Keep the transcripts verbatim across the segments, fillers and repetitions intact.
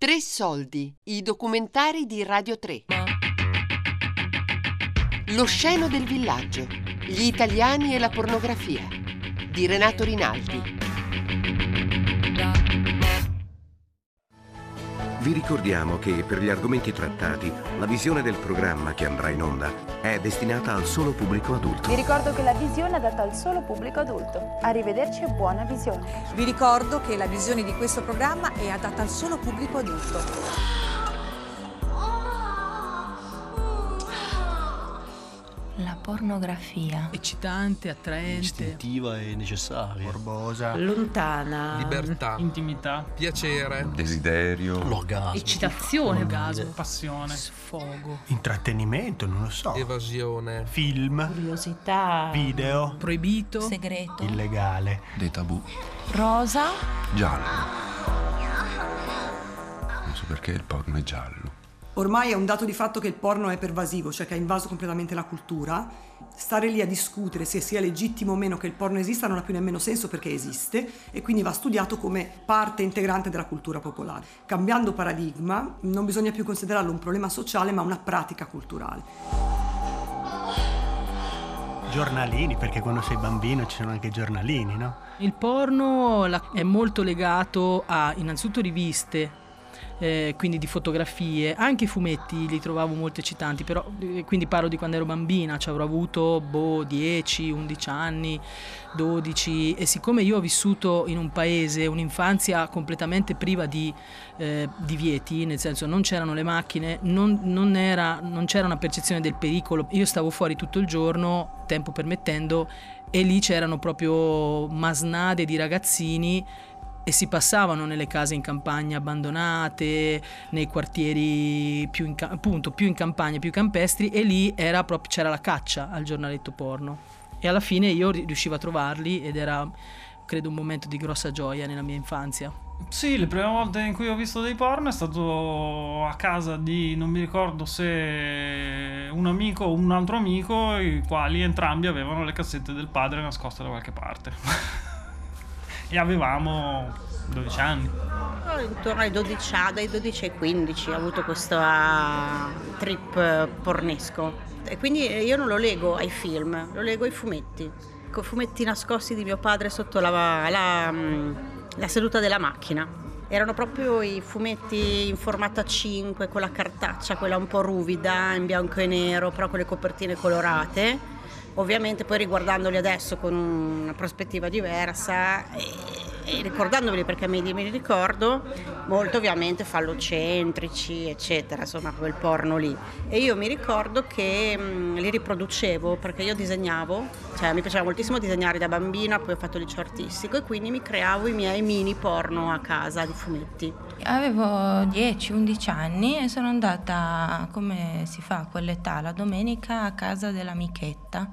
Tre soldi, i documentari di Radio tre. Lo sceno del villaggio, gli italiani e la pornografia, di Renato Rinaldi. Vi ricordiamo che per gli argomenti trattati, la visione del programma che andrà in onda è destinata al solo pubblico adulto. Vi ricordo che la visione è adatta al solo pubblico adulto. Arrivederci e buona visione. Vi ricordo che la visione di questo programma è adatta al solo pubblico adulto. La pornografia. Eccitante, attraente, istintiva e necessaria, morbosa, lontana, libertà, intimità, piacere, desiderio, l'orgasmo, eccitazione, orgasmo, passione, sfogo, intrattenimento, non lo so, evasione, film, curiosità, video, proibito, segreto, illegale, dei tabù, rosa, giallo. Non so perché il porno è giallo. Ormai è un dato di fatto che il porno è pervasivo, cioè che ha invaso completamente la cultura. Stare lì a discutere se sia legittimo o meno che il porno esista non ha più nemmeno senso, perché esiste e quindi va studiato come parte integrante della cultura popolare. Cambiando paradigma, non bisogna più considerarlo un problema sociale ma una pratica culturale. Giornalini, perché quando sei bambino ci sono anche i giornalini, no? Il porno è molto legato a innanzitutto riviste, Eh, quindi di fotografie, anche i fumetti li trovavo molto eccitanti, però eh, quindi parlo di quando ero bambina, cioè avrò avuto boh, dieci, undici anni, dodici, e siccome io ho vissuto in un paese un'infanzia completamente priva di eh, divieti, nel senso non c'erano le macchine, non, non, era, non c'era una percezione del pericolo, io stavo fuori tutto il giorno, tempo permettendo, e lì c'erano proprio masnade di ragazzini e si passavano nelle case in campagna abbandonate, nei quartieri più in, appunto, più in campagna, più campestri, e lì era proprio, c'era la caccia al giornaletto porno. E alla fine io riuscivo a trovarli ed era, credo, un momento di grossa gioia nella mia infanzia. Sì, le prime volte in cui ho visto dei porno è stato a casa di, non mi ricordo se un amico o un altro amico, i quali entrambi avevano le cassette del padre nascoste da qualche parte. E avevamo dodici anni. Intorno ai dodici, dai dodici ai quindici ho avuto questo uh, trip pornesco. E quindi io non lo leggo ai film, lo leggo ai fumetti. Con fumetti nascosti di mio padre sotto la, la, la seduta della macchina. Erano proprio i fumetti in formato A cinque, con la cartaccia, quella un po' ruvida, in bianco e nero, però con le copertine colorate. Ovviamente poi riguardandoli adesso con una prospettiva diversa e, e ricordandoli, perché me li, me li ricordo molto ovviamente fallocentrici eccetera, insomma quel porno lì, e io mi ricordo che mh, li riproducevo perché io disegnavo, cioè mi piaceva moltissimo disegnare da bambina, poi ho fatto liceo artistico e quindi mi creavo i miei mini porno a casa di fumetti. Avevo dieci undici anni e sono andata, come si fa a quell'età, la domenica a casa dell'amichetta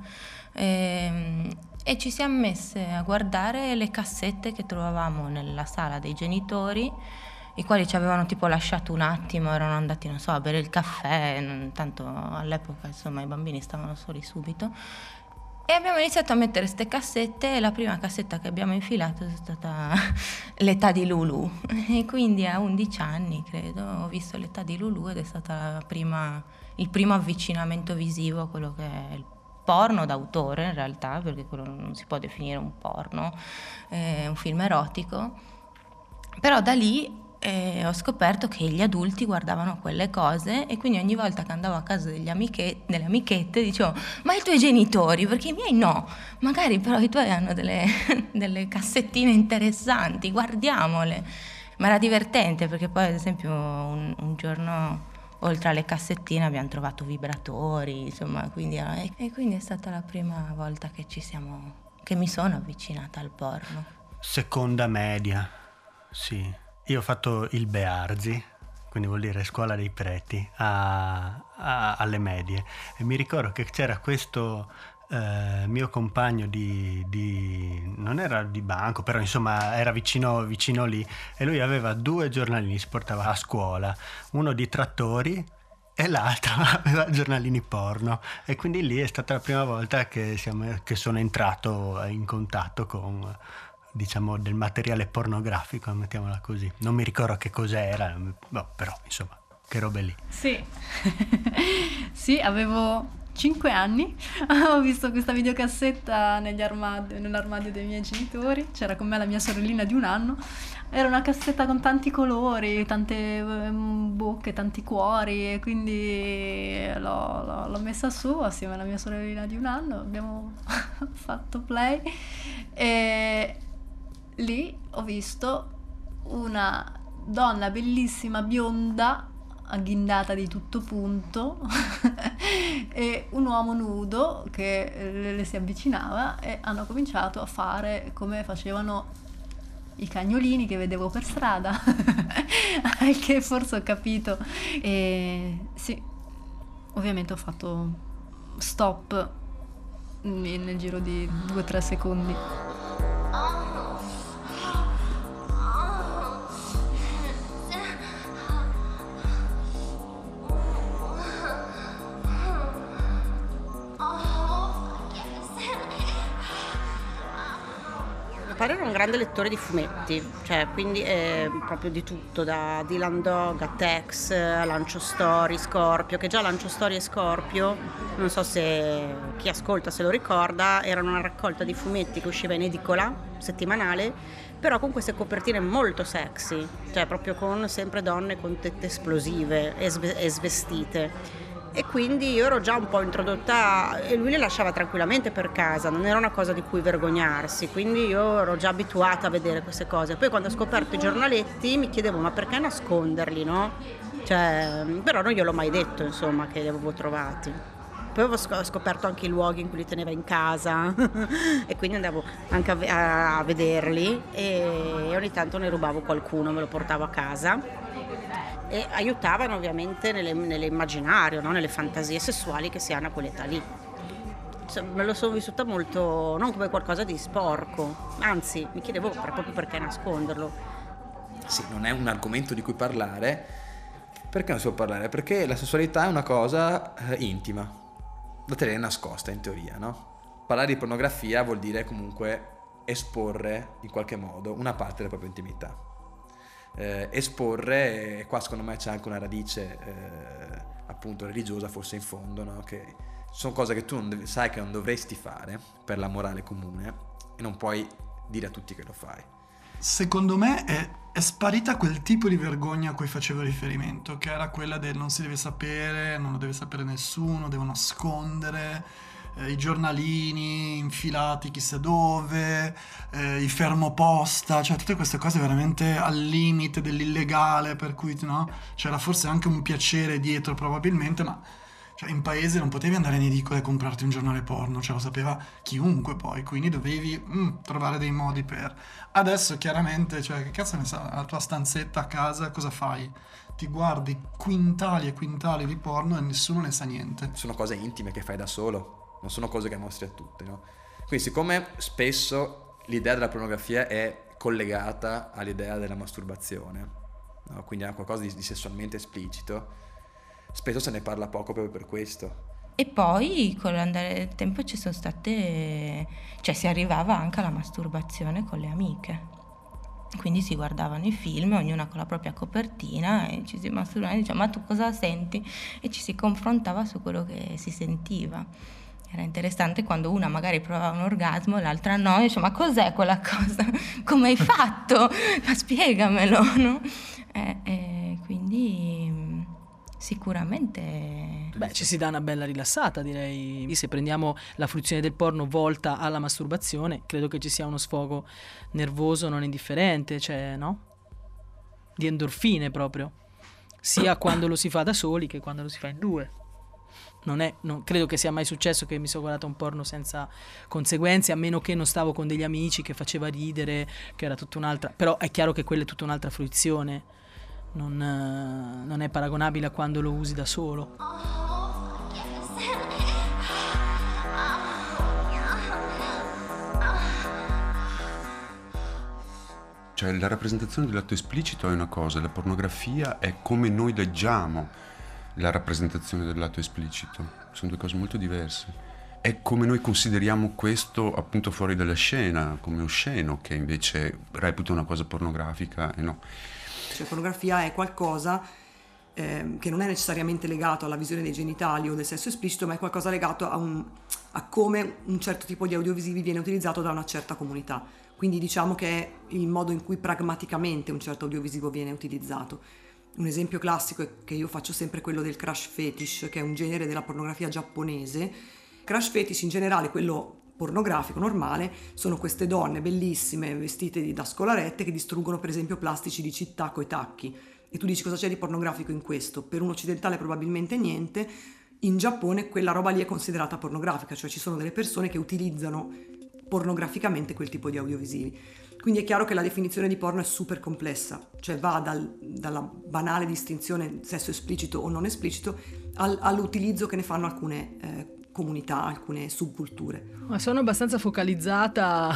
e, e ci siamo messe a guardare le cassette che trovavamo nella sala dei genitori, i quali ci avevano tipo lasciato un attimo, erano andati, non so, a bere il caffè, non, tanto all'epoca insomma i bambini stavano soli subito. E abbiamo iniziato a mettere queste cassette e la prima cassetta che abbiamo infilato è stata l'età di Lulu. E quindi a undici anni, credo, ho visto l'età di Lulu ed è stato la prima, il primo avvicinamento visivo a quello che è il porno d'autore in realtà, perché quello non si può definire un porno, è un film erotico. Però da lì e ho scoperto che gli adulti guardavano quelle cose e quindi ogni volta che andavo a casa degli amiche, delle amichette dicevo: ma i tuoi genitori? Perché i miei no, magari però i tuoi hanno delle, delle cassettine interessanti, guardiamole. Ma era divertente perché poi ad esempio un, un giorno oltre alle cassettine abbiamo trovato vibratori, insomma, quindi, e, e quindi è stata la prima volta che ci siamo, che mi sono avvicinata al porno. Seconda media, sì. Io ho fatto il Bearzi, quindi vuol dire scuola dei preti, a, a, alle medie, e mi ricordo che c'era questo eh, mio compagno di, di, non era di banco, però insomma era vicino, vicino lì, e lui aveva due giornalini, si portava a scuola, uno di trattori e l'altro aveva giornalini porno, e quindi lì è stata la prima volta che, siamo, che sono entrato in contatto con... diciamo, del materiale pornografico, mettiamola così. Non mi ricordo che cos'era, no, però insomma, che robe lì. Sì, sì, avevo cinque anni, ho visto questa videocassetta negli armadi- nell'armadio dei miei genitori, c'era con me la mia sorellina di un anno, era una cassetta con tanti colori, tante um, bocche, tanti cuori, e quindi l'ho, l'ho, l'ho messa su assieme alla mia sorellina di un anno, abbiamo fatto play e lì ho visto una donna bellissima, bionda, agghindata di tutto punto e un uomo nudo che le, le si avvicinava e hanno cominciato a fare come facevano i cagnolini che vedevo per strada al che forse ho capito e sì, ovviamente ho fatto stop nel giro di due o tre secondi. Mio padre era un grande lettore di fumetti, cioè quindi eh, proprio di tutto, da Dylan Dog a Tex, a Lancio Story, Scorpio, che già Lancio Story e Scorpio, non so se chi ascolta se lo ricorda, erano una raccolta di fumetti che usciva in edicola settimanale, però con queste copertine molto sexy, cioè proprio con sempre donne con tette esplosive e, sve- e svestite. E quindi io ero già un po' introdotta e lui le lasciava tranquillamente per casa, non era una cosa di cui vergognarsi, quindi io ero già abituata a vedere queste cose. Poi quando ho scoperto i giornaletti mi chiedevo ma perché nasconderli, no? Cioè, però non gliel'ho mai detto, insomma, che li avevo trovati. Poi ho scoperto anche i luoghi in cui li teneva in casa e quindi andavo anche a, a vederli e ogni tanto ne rubavo qualcuno, me lo portavo a casa. E aiutavano ovviamente nelle, nell'immaginario, no? Nelle fantasie sessuali che si hanno a quell'età lì. Me lo sono vissuta molto, non come qualcosa di sporco, anzi mi chiedevo proprio perché nasconderlo. Sì, non è un argomento di cui parlare. Perché non si può parlare? Perché la sessualità è una cosa eh, intima, da tenere nascosta in teoria, no? Parlare di pornografia vuol dire comunque esporre in qualche modo una parte della propria intimità. Eh, esporre, e qua secondo me c'è anche una radice eh, appunto religiosa forse in fondo, no? Che sono cose che tu non devi, sai che non dovresti fare per la morale comune e non puoi dire a tutti che lo fai. Secondo me è, è sparita quel tipo di vergogna a cui facevo riferimento, che era quella del non si deve sapere, non lo deve sapere nessuno, devo nascondere. Eh, i giornalini infilati chissà dove, eh, i fermoposta, cioè tutte queste cose veramente al limite dell'illegale, per cui no? C'era forse anche un piacere dietro probabilmente, ma cioè, in paese non potevi andare in edicola e comprarti un giornale porno, cioè lo sapeva chiunque poi, quindi dovevi mm, trovare dei modi per... Adesso chiaramente, cioè che cazzo ne sa, la tua stanzetta a casa cosa fai? Ti guardi quintali e quintali di porno e nessuno ne sa niente. Sono cose intime che fai da solo, non sono cose che mostri a tutti, no? Quindi siccome spesso l'idea della pornografia è collegata all'idea della masturbazione, no? Quindi è qualcosa di, di sessualmente esplicito, spesso se ne parla poco proprio per questo. E poi con l'andare del tempo ci sono state, cioè si arrivava anche alla masturbazione con le amiche. Quindi si guardavano i film, ognuna con la propria copertina e ci si masturbava e diceva ma tu cosa senti? E ci si confrontava su quello che si sentiva. Era interessante quando una magari provava un orgasmo e l'altra no, e dice ma cos'è quella cosa? Come hai fatto? Ma spiegamelo, no? E, e quindi sicuramente... Beh, ci si dà una bella rilassata, direi. Se prendiamo la fruizione del porno volta alla masturbazione, credo che ci sia uno sfogo nervoso non indifferente, cioè, no? Di endorfine proprio, sia quando lo si fa da soli che quando lo si fa in due. Non è, non, credo che sia mai successo che mi sono guardato un porno senza conseguenze, a meno che non stavo con degli amici che faceva ridere, che era tutta un'altra, però è chiaro che quella è tutta un'altra fruizione, non, eh, non è paragonabile a quando lo usi da solo. Cioè la rappresentazione dell'atto esplicito è una cosa, la pornografia è come noi leggiamo la rappresentazione dell'atto esplicito, sono due cose molto diverse. è come noi consideriamo questo appunto fuori dalla scena, come osceno, che invece reputa una cosa pornografica e no. Cioè pornografia è qualcosa eh, che non è necessariamente legato alla visione dei genitali o del sesso esplicito, ma è qualcosa legato a, un, a come un certo tipo di audiovisivi viene utilizzato da una certa comunità. Quindi diciamo che è il modo in cui pragmaticamente un certo audiovisivo viene utilizzato. Un esempio classico che io faccio sempre è quello del crush fetish, che è un genere della pornografia giapponese. Crush fetish in generale, quello pornografico normale, sono queste donne bellissime vestite da scolarette che distruggono per esempio plastici di città coi tacchi. E tu dici cosa c'è di pornografico in questo? Per un occidentale probabilmente niente. In Giappone quella roba lì è considerata pornografica, cioè ci sono delle persone che utilizzano pornograficamente quel tipo di audiovisivi. Quindi è chiaro che la definizione di porno è super complessa, cioè va dal, dalla banale distinzione sesso esplicito o non esplicito al, all'utilizzo che ne fanno alcune eh, comunità, alcune subculture. Ma sono abbastanza focalizzata,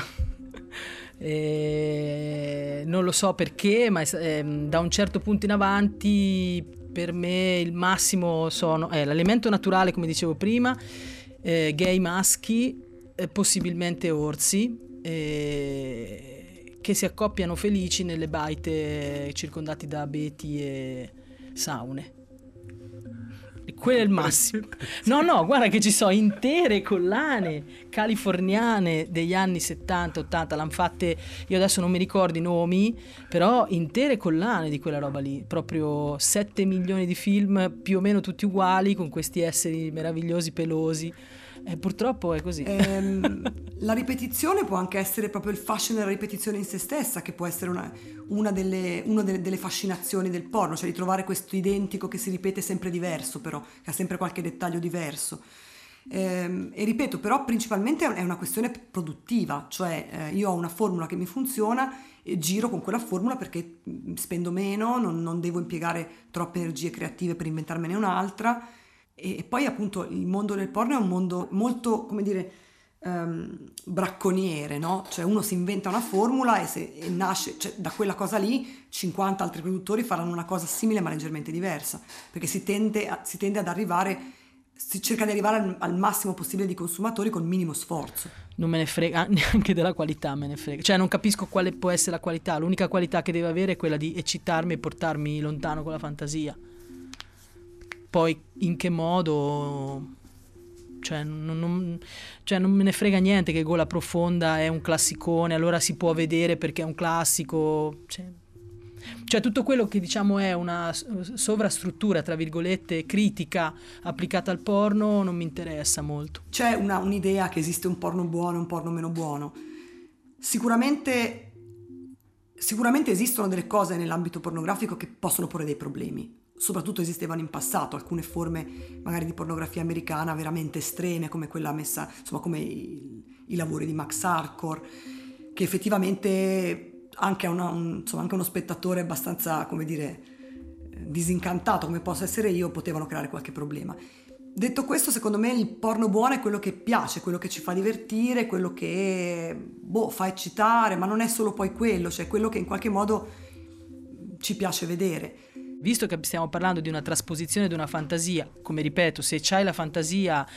e non lo so perché, ma eh, da un certo punto in avanti per me il massimo sono è l'elemento naturale, come dicevo prima, eh, gay maschi, eh, possibilmente orsi, eh, che si accoppiano felici nelle baite circondati da abeti e saune. E quello è il massimo. No, no, guarda che ci sono intere collane californiane degli anni settanta ottanta, l'hanno fatte, io adesso non mi ricordo i nomi, però intere collane di quella roba lì, proprio sette milioni di film più o meno tutti uguali, con questi esseri meravigliosi pelosi. E purtroppo è così. Ehm, la ripetizione può anche essere proprio il fascino della ripetizione in se stessa, che può essere una, una, delle, una delle, delle fascinazioni del porno, cioè di trovare questo identico che si ripete sempre diverso, però che ha sempre qualche dettaglio diverso. Ehm, e ripeto, però principalmente è una questione produttiva, cioè eh, io ho una formula che mi funziona e giro con quella formula perché spendo meno, non, non devo impiegare troppe energie creative per inventarmene un'altra. E poi appunto il mondo del porno è un mondo molto, come dire, um, bracconiere, no? Cioè uno si inventa una formula e, se, e nasce, cioè da quella cosa lì cinquanta altri produttori faranno una cosa simile ma leggermente diversa, perché si tende, a, si tende ad arrivare, si cerca di arrivare al, al massimo possibile di consumatori con minimo sforzo. Non me ne frega neanche della qualità, me ne frega, cioè non capisco quale può essere la qualità, l'unica qualità che deve avere è quella di eccitarmi e portarmi lontano con la fantasia. Poi in che modo, cioè non, non, cioè non me ne frega niente che Gola Profonda è un classicone, allora si può vedere perché è un classico, cioè, cioè tutto quello che diciamo è una sovrastruttura, tra virgolette, critica applicata al porno non mi interessa molto. C'è una, un'idea che esiste un porno buono e un porno meno buono. Sicuramente, sicuramente esistono delle cose nell'ambito pornografico che possono porre dei problemi. Soprattutto esistevano in passato alcune forme magari di pornografia americana veramente estreme, come quella messa, insomma, come i, i lavori di Max Hardcore, che effettivamente anche, una, un, insomma, anche uno spettatore abbastanza, come dire, disincantato come posso essere io, potevano creare qualche problema. Detto questo, secondo me il porno buono è quello che piace, quello che ci fa divertire, quello che boh, fa eccitare, ma non è solo poi quello, cioè quello che in qualche modo ci piace vedere. Visto che stiamo parlando di una trasposizione di una fantasia, come ripeto, se c'hai la fantasia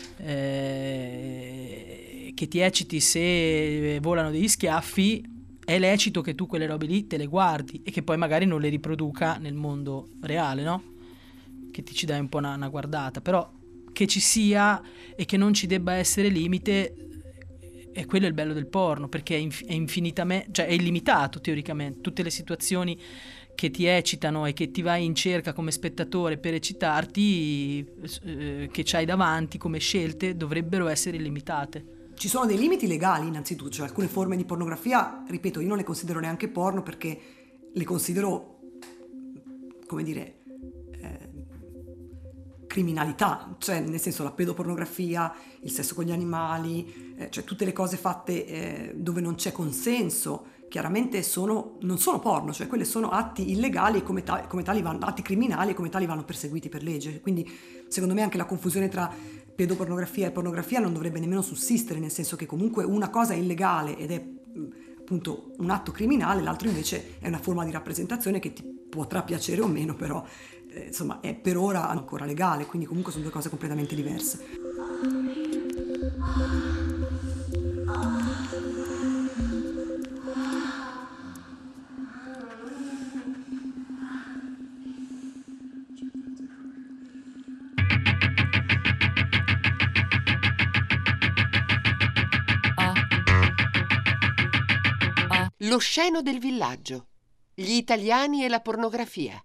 eh, che ti ecciti se volano degli schiaffi, è lecito che tu quelle robe lì te le guardi e che poi magari non le riproduca nel mondo reale, no? Che ti ci dai un po' una, una guardata, però che ci sia e che non ci debba essere limite, e quello è il bello del porno, perché è, inf- è infinitamente, cioè è illimitato teoricamente. Tutte le situazioni che ti eccitano e che ti vai in cerca come spettatore per eccitarti, eh, che c'hai davanti come scelte, dovrebbero essere illimitate. Ci sono dei limiti legali innanzitutto, cioè alcune forme di pornografia, ripeto, io non le considero neanche porno perché le considero, come dire, eh, criminalità, cioè nel senso la pedopornografia, il sesso con gli animali, eh, cioè tutte le cose fatte eh, dove non c'è consenso, chiaramente sono, non sono porno, cioè quelle sono atti illegali e come, ta- come tali vanno, atti criminali e come tali vanno perseguiti per legge. Quindi secondo me anche la confusione tra pedopornografia e pornografia non dovrebbe nemmeno sussistere, nel senso che comunque una cosa è illegale ed è appunto un atto criminale, l'altro invece è una forma di rappresentazione che ti potrà piacere o meno, però eh, insomma è per ora ancora legale, quindi comunque sono due cose completamente diverse. Lo sceno del villaggio. Gli italiani e la pornografia.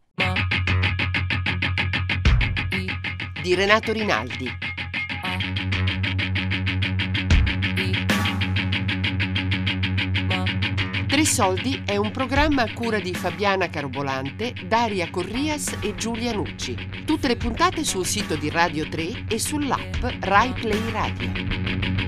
Di Renato Rinaldi. Tre soldi è un programma a cura di Fabiana Carobolante, Daria Corrias e Giulia Nucci. Tutte le puntate sul sito di Radio tre e sull'app Rai Play Radio.